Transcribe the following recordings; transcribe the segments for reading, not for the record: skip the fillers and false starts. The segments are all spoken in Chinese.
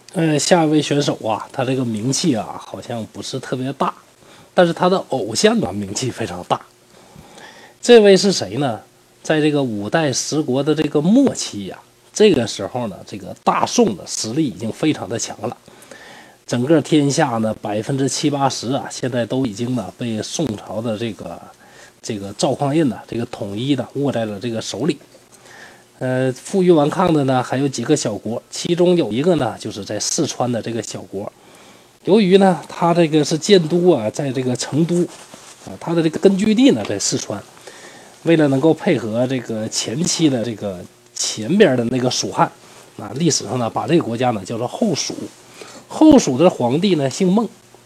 下一位选手啊，他这个名气啊好像不是特别大，但是他的偶像啊名气非常大。这位是谁呢？在这个五代十国的这个末期呀，这个时候呢，这个大宋的实力已经非常的强了，整个天下呢70%-80%啊，现在都已经呢被宋朝的这个赵匡胤呢这个统一的握在了这个手里。负隅顽抗的呢还有几个小国，其中有一个呢就是在四川的这个小国。由于呢他这个是建都啊，在这个成都啊，他的这个根据地呢在四川。为了能够配合这个前期的这个前边的那个蜀汉啊，历史上呢把这个国家呢叫做后蜀。后蜀的皇帝呢姓孟。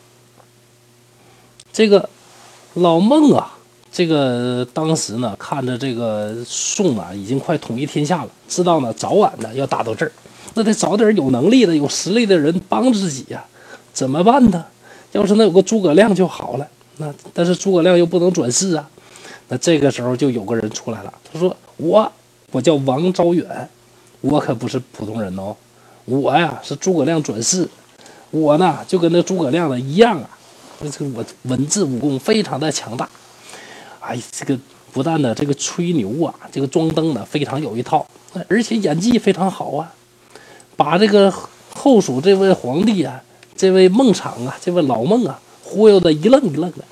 这个老孟啊，这个当时呢看着这个宋啊已经快统一天下了，知道呢早晚呢要打到这儿，那得找点有能力的有实力的人帮自己呀，怎么办呢？要是那有个诸葛亮就好了，那但是诸葛亮又不能转世啊。那这个时候就有个人出来了，他说我叫王昭远，我可不是普通人哦，我呀是诸葛亮转世，我呢就跟那诸葛亮的一样啊，这个我文治武功非常的强大。哎，这个不但呢这个吹牛啊，这个装灯呢非常有一套，而且演技非常好啊，把这个后蜀这位皇帝啊，这位孟昶啊，这位老孟啊，忽悠的一愣一愣的。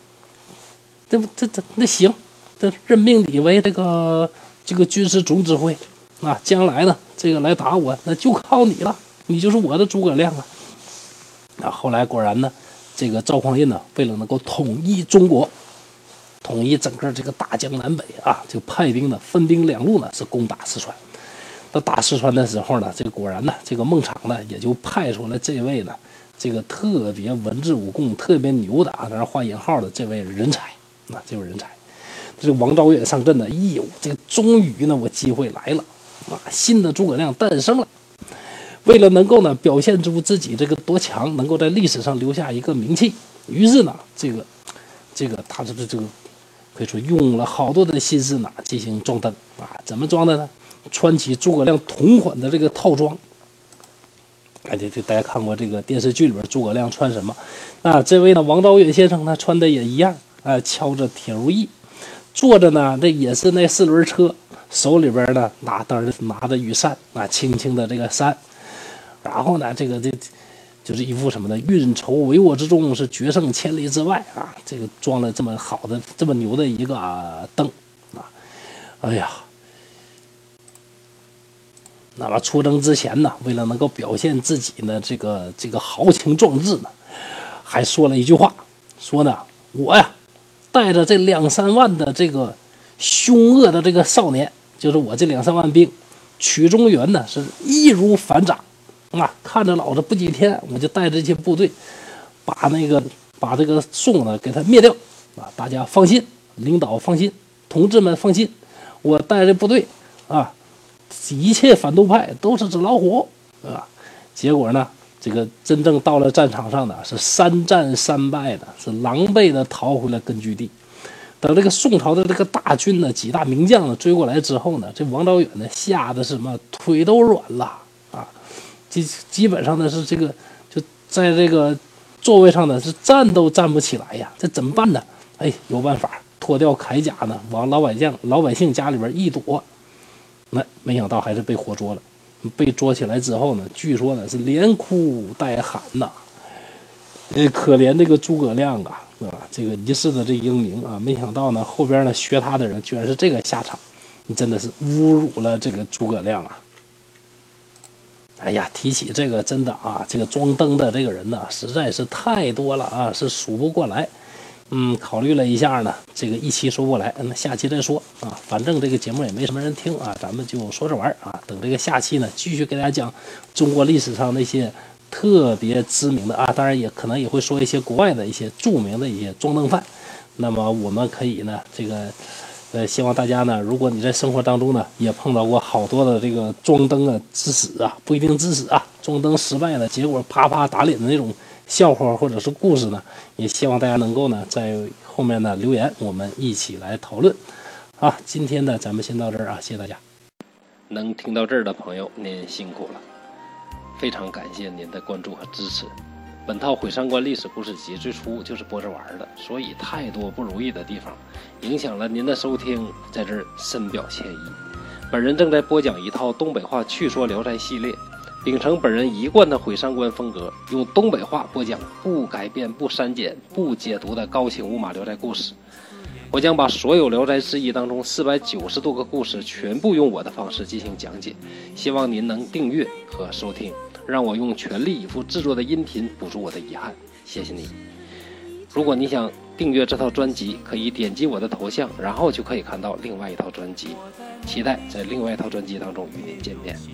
那行，这任命你为这个军事总指挥啊，将来呢这个来打我，那就靠你了，你就是我的诸葛亮啊。啊，后来果然呢，这个赵匡胤呢，为了能够统一中国，统一整个这个大江南北啊，就派兵呢分兵两路呢是攻打四川。到打四川的时候呢，这个果然呢，这个孟昶呢也就派出了这位呢，这个特别文治武功特别牛的啊，当然画引号的这位人才。啊，这位人才，这个王昭远上阵的，哎呦，这个终于呢，我机会来了啊！新的诸葛亮诞生了。为了能够呢表现出自己这个多强，能够在历史上留下一个名气，于是呢，这个他这个可以说用了好多的心思呢进行装灯啊。怎么装的呢？穿起诸葛亮同款的这个套装。哎，这大家看过这个电视剧里边诸葛亮穿什么？啊，这位呢王昭远先生呢穿的也一样。敲着铁如意，坐着呢，这也是那四轮车，手里边呢当然拿着雨伞啊，轻轻的这个伞，然后呢，这就是一副什么呢？运筹帷幄之中，是决胜千里之外啊！这个装了这么好的、这么牛的一个灯啊！哎呀，那么出征之前呢，为了能够表现自己呢这个豪情壮志呢，还说了一句话，说呢我呀。带着这2-3万的这个凶恶的这个少年，就是我这2-3万兵，曲中原呢是易如反掌啊！看着老子不几天，我就带着这些部队，把这个宋呢给他灭掉啊！大家放心，领导放心，同志们放心，我带着部队啊，一切反动派都是纸老虎啊！结果呢？这个真正到了战场上呢，是3战3败的，是狼狈的逃回了根据地。等这个宋朝的这个大军呢，几大名将呢追过来之后呢，这王昭远呢吓得什么腿都软了啊！基本上呢是这个就在这个座位上呢是站都站不起来呀，这怎么办呢？哎，有办法，脱掉铠甲呢，往老百姓家里边一躲，那没想到还是被活捉了。被捉起来之后呢，据说呢是连哭带喊呐，可怜这个诸葛亮啊，这个一世的这英名啊，没想到呢后边呢学他的人居然是这个下场，你真的是侮辱了这个诸葛亮啊！哎呀，提起这个真的啊，这个装灯的这个人呢，实在是太多了啊，是数不过来。考虑了一下呢，这个一期说不过来，那下期再说啊。反正这个节目也没什么人听啊，咱们就说着玩啊。等这个下期呢，继续给大家讲中国历史上那些特别知名的啊，当然也可能也会说一些国外的一些著名的一些装灯犯。那么我们可以呢，这个希望大家呢，如果你在生活当中呢，也碰到过好多的这个装灯啊致死啊，不一定致死啊，装灯失败了，结果啪啪打脸的那种笑话或者是故事呢，也希望大家能够呢在后面呢留言，我们一起来讨论。好，今天呢咱们先到这儿啊，谢谢大家。能听到这儿的朋友，您辛苦了。 非常感谢您的关注和支持。本套毁三观历史故事集最初就是播着玩的，所以太多不如意的地方影响了您的收听，在这儿深表歉意。本人正在播讲一套东北话趣说聊斋系列，秉承本人一贯的毁三观风格，用东北话播讲不改变、不删减、不解读的高清无码聊斋故事。我将把所有聊斋志异当中490多个故事全部用我的方式进行讲解，希望您能订阅和收听，让我用全力以赴制作的音频补足我的遗憾，谢谢你。如果你想订阅这套专辑，可以点击我的头像，然后就可以看到另外一套专辑。期待在另外一套专辑当中与您见面。